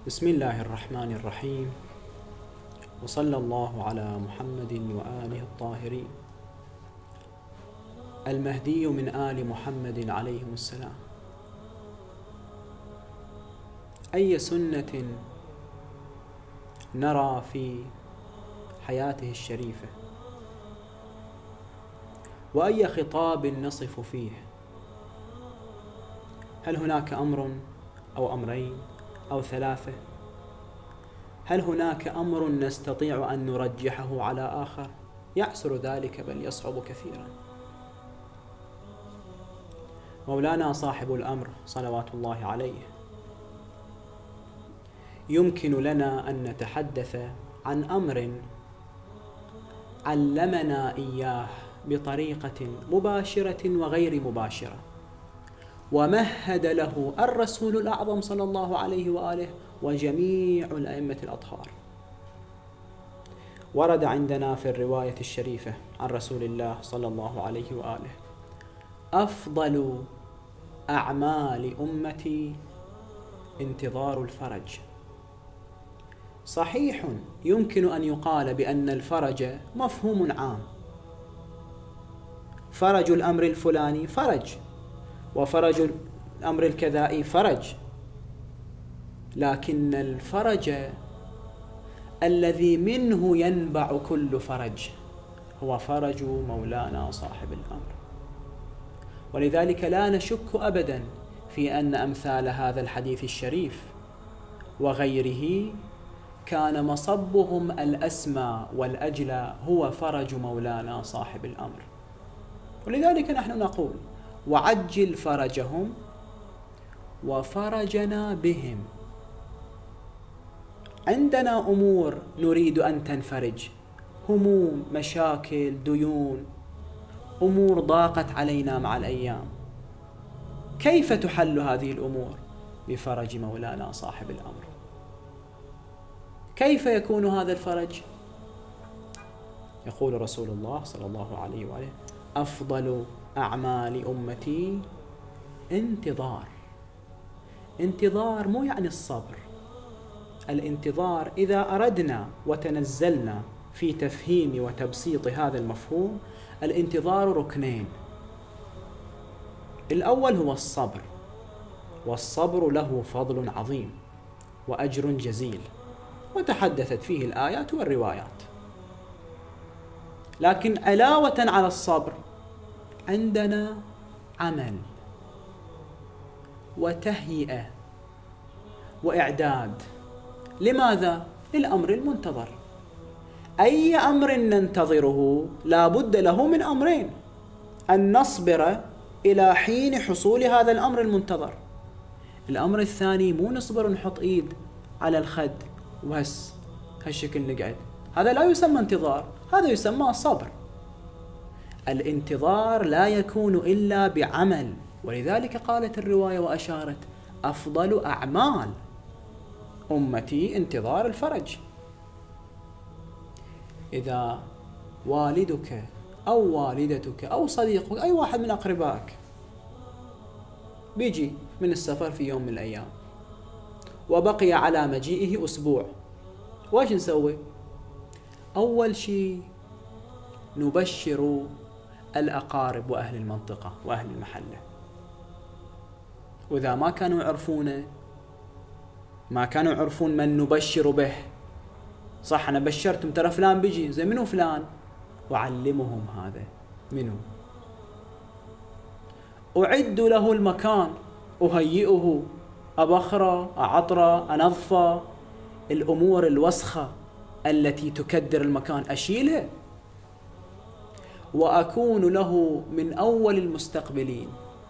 بسم الله الرحمن الرحيم، وصلى الله على محمد وآله الطاهرين المهدي من آل محمد عليهم السلام. أي سنة نرى في حياته الشريفة، وأي خطاب نصف فيه؟ هل هناك أمر أو أمرين أو ثلاثة؟ هل هناك أمر نستطيع أن نرجحه على آخر؟ يعسر ذلك، بل يصعب كثيرا. مولانا صاحب الأمر صلوات الله عليه يمكن لنا أن نتحدث عن أمر علمنا إياه بطريقة مباشرة وغير مباشرة، ومهد له الرسول الأعظم صلى الله عليه وآله وجميع الأئمة الأطهار. ورد عندنا في الرواية الشريفة عن رسول الله صلى الله عليه وآله: أفضل أعمال أمتي انتظار الفرج. صحيح، يمكن أن يقال بأن الفرج مفهوم عام، فرج الأمر الفلاني فرج، وفرج الأمر الكذائي فرج، لكن الفرج الذي منه ينبع كل فرج هو فرج مولانا صاحب الأمر. ولذلك لا نشك أبدا في أن أمثال هذا الحديث الشريف وغيره كان مصبهم الأسمى والأجلى هو فرج مولانا صاحب الأمر. ولذلك نحن نقول: وعجل فرجهم وفرجنا بهم. عندنا أمور نريد أن تنفرج، هموم، مشاكل، ديون، أمور ضاقت علينا مع الأيام. كيف تحل هذه الأمور؟ بفرج مولانا صاحب الأمر. كيف يكون هذا الفرج؟ يقول رسول الله صلى الله عليه وآله: أفضل أعمال أمتي انتظار. انتظار مو يعني الصبر. الانتظار إذا أردنا وتنزلنا في تفهيم وتبسيط هذا المفهوم، الانتظار ركنين. الأول هو الصبر، والصبر له فضل عظيم وأجر جزيل، وتحدثت فيه الآيات والروايات. لكن علاوة على الصبر عندنا عمل وتهيئة وإعداد. لماذا؟ للأمر المنتظر. أي أمر ننتظره لا بد له من أمرين: أن نصبر إلى حين حصول هذا الأمر المنتظر. الأمر الثاني مو نصبر نحط إيد على الخد وبس هالشكل نقعد، هذا لا يسمى انتظار، هذا يسمى صبر. الانتظار لا يكون إلا بعمل، ولذلك قالت الرواية وأشارت: أفضل أعمال أمتي انتظار الفرج. إذا والدك أو والدتك أو صديقك، أي واحد من أقربائك، بيجي من السفر في يوم من الأيام وبقي على مجيئه أسبوع، وايش نسوي؟ أول شيء نبشر الأقارب وأهل المنطقة وأهل المحلة، وإذا ما كانوا يعرفونه، ما كانوا يعرفون من نبشر به، صح أنا بشرتم ترى فلان بيجي، زي منو فلان؟ أعلمهم هذا منو، أعد له المكان، أهيئه، أبخره، أعطره، أنظفه، الأمور الوسخة التي تكدر المكان أشيلها، وأكون له من أول المستقبلين.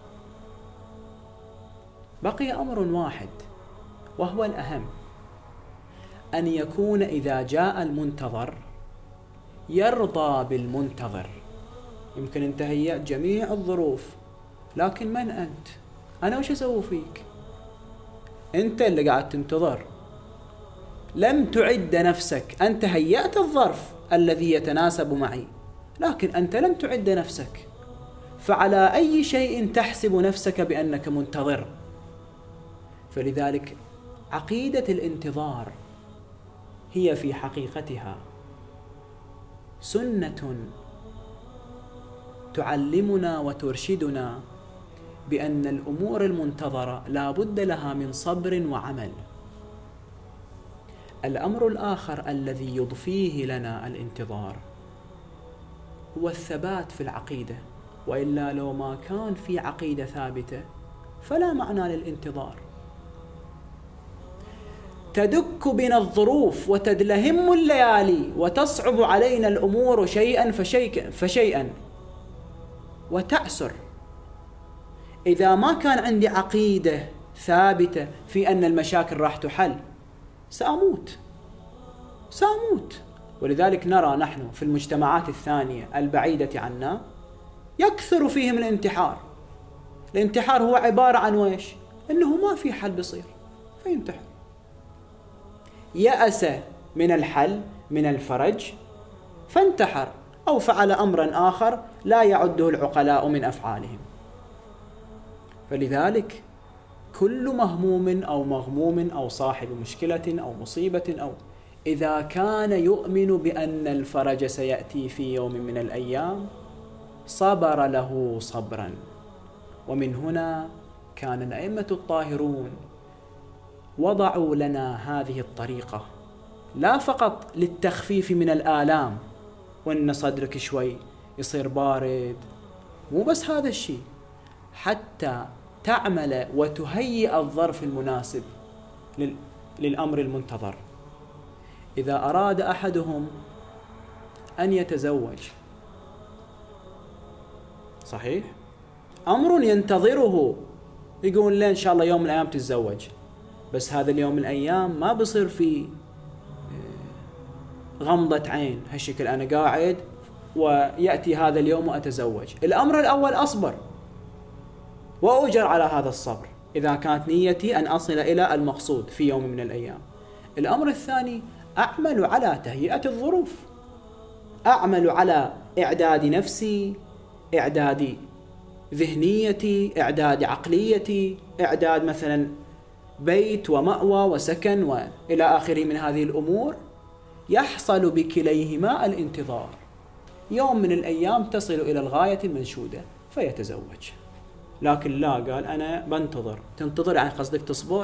بقي أمر واحد وهو الأهم: أن يكون إذا جاء المنتظر يرضى بالمنتظر. يمكن أن تهيأ جميع الظروف، لكن من أنت؟ أنا وش أسوي فيك؟ أنت اللي قاعد تنتظر، لم تعد نفسك. أنت هيأت الظرف الذي يتناسب معي، لكن أنت لم تعد نفسك، فعلى أي شيء تحسب نفسك بأنك منتظر؟ فلذلك عقيدة الانتظار هي في حقيقتها سنة تعلمنا وترشدنا بأن الأمور المنتظرة لا بد لها من صبر وعمل. الأمر الآخر الذي يضفيه لنا الانتظار هو الثبات في العقيدة، وإلا لو ما كان في عقيدة ثابتة فلا معنى للانتظار. تدك بنا الظروف وتدلهم الليالي وتصعب علينا الأمور شيئا فشيئا وتعسر. إذا ما كان عندي عقيدة ثابتة في أن المشاكل راح تحل سأموت. ولذلك نرى نحن في المجتمعات الثانية البعيدة عنا يكثر فيهم الانتحار. الانتحار هو عبارة عن ويش؟ إنه ما في حل بيصير فينتحر. يأس من الحل من الفرج فانتحر، أو فعل أمرا آخر لا يعده العقلاء من أفعالهم. فلذلك كل مهموم أو مغموم أو صاحب مشكلة أو مصيبة أو إذا كان يؤمن بأن الفرج سيأتي في يوم من الأيام صبر له صبرا. ومن هنا كان الأئمة الطاهرون وضعوا لنا هذه الطريقة لا فقط للتخفيف من الآلام وأن صدرك شوي يصير بارد، مو بس هذا الشيء، حتى تعمل وتهيئ الظرف المناسب للأمر المنتظر. إذا أراد أحدهم أن يتزوج، صحيح، أمر ينتظره، يقول له إن شاء الله يوم من الأيام تتزوج، بس هذا اليوم من الأيام ما بصير في غمضة عين هالشكل أنا قاعد ويأتي هذا اليوم وأتزوج. الأمر الأول أصبر وأؤجر على هذا الصبر إذا كانت نيتي أن أصل إلى المقصود في يوم من الأيام. الأمر الثاني أعمل على تهيئة الظروف، أعمل على إعداد نفسي، إعداد ذهنيتي، إعداد عقليتي، إعداد مثلا بيت ومأوى وسكن وإلى آخره من هذه الأمور. يحصل بكليهما الانتظار، يوم من الأيام تصل إلى الغاية المنشودة فيتزوج. لكن لا، قال أنا بنتظر. تنتظر يعني قصدك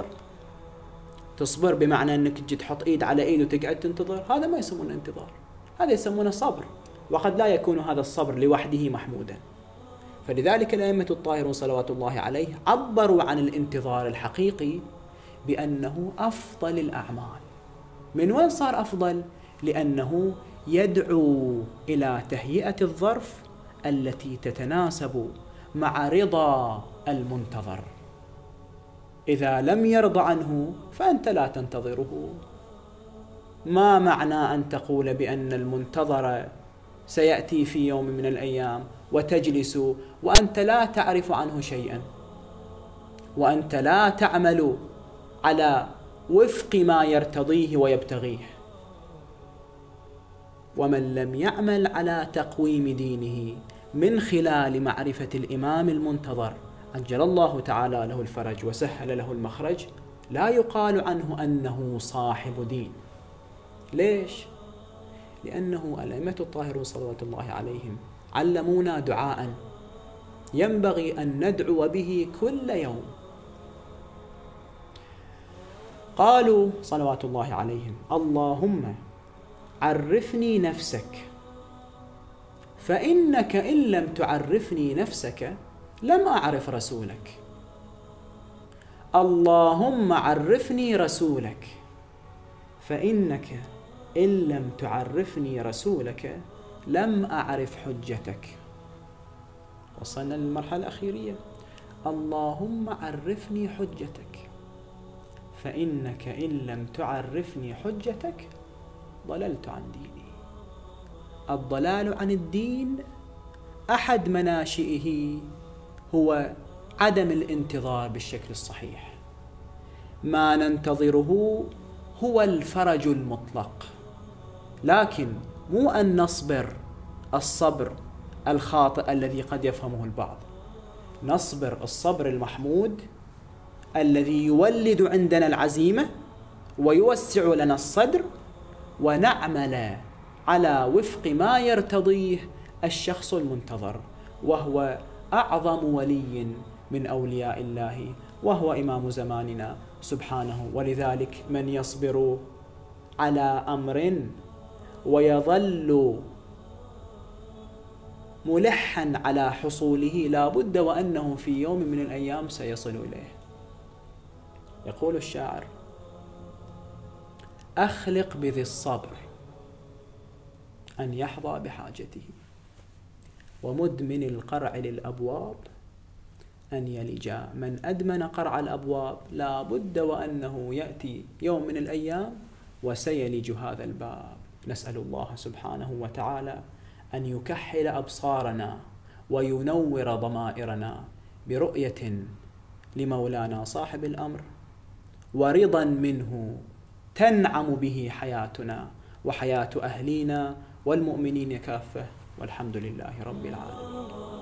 تصبر بمعنى أنك تجي تحط إيد على إيد وتقعد تنتظر، هذا ما يسمونه انتظار، هذا يسمونه صبر، وقد لا يكون هذا الصبر لوحده محمودا. فلذلك الأئمة الطاهرون صلوات الله عليه عبروا عن الانتظار الحقيقي بأنه أفضل الأعمال. من وين صار أفضل؟ لأنه يدعو إلى تهيئة الظرف التي تتناسب مع رضا المنتظر. إذا لم يرضى عنه فأنت لا تنتظره. ما معنى أن تقول بأن المنتظر سيأتي في يوم من الأيام وتجلس وأنت لا تعرف عنه شيئا، وأنت لا تعمل على وفق ما يرتضيه ويبتغيه؟ ومن لم يعمل على تقويم دينه من خلال معرفة الإمام المنتظر عجل الله تعالى له الفرج وسهل له المخرج، لا يقال عنه أنه صاحب دين. ليش؟ لأنه الأئمة الطاهرون صلوات الله عليهم علمونا دعاء ينبغي أن ندعو به كل يوم. قالوا صلوات الله عليهم: اللهم عرفني نفسك، فإنك إن لم تعرفني نفسك لم أعرف رسولك. اللهم عرفني رسولك، فإنك إن لم تعرفني رسولك لم أعرف حجتك. وصلنا للمرحلة الأخيرية: اللهم عرفني حجتك، فإنك إن لم تعرفني حجتك ضللت عن ديني. الضلال عن الدين أحد مناشئه هو عدم الانتظار بالشكل الصحيح. ما ننتظره هو الفرج المطلق، لكن مو أن نصبر الصبر الخاطئ الذي قد يفهمه البعض. نصبر الصبر المحمود الذي يولد عندنا العزيمة ويوسع لنا الصدر، ونعمل على وفق ما يرتضيه الشخص المنتظر، وهو أعظم ولي من أولياء الله، وهو إمام زماننا سبحانه. ولذلك من يصبر على أمر ويظل ملحا على حصوله لا بد وأنه في يوم من الأيام سيصل إليه. يقول الشاعر: أخلق بذي الصبر أن يحظى بحاجته، ومدمن القرع للأبواب أن يلجا. من أدمن قرع الأبواب لا بد وأنه يأتي يوم من الأيام وسيلج هذا الباب. نسأل الله سبحانه وتعالى أن يكحل أبصارنا وينور ضمائرنا برؤية لمولانا صاحب الأمر، ورضا منه تنعم به حياتنا وحياة أهلينا والمؤمنين كافة، والحمد لله رب العالمين.